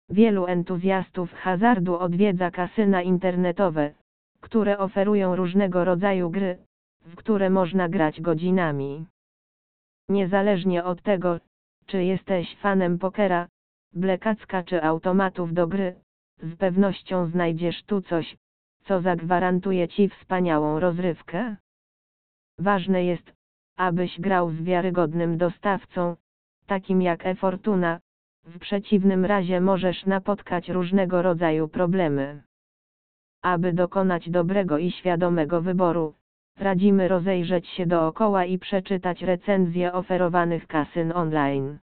Wielu entuzjastów hazardu odwiedza kasyna internetowe, które oferują różnego rodzaju gry, w które można grać godzinami. Niezależnie od tego, czy jesteś fanem pokera, blackjacka czy automatów do gry, z pewnością znajdziesz tu coś, co zagwarantuje Ci wspaniałą rozrywkę. Ważne jest, abyś grał z wiarygodnym dostawcą, takim jak eFortuna, w przeciwnym razie możesz napotkać różnego rodzaju problemy. Aby dokonać dobrego i świadomego wyboru, radzimy rozejrzeć się dookoła i przeczytać recenzje oferowanych kasyn online.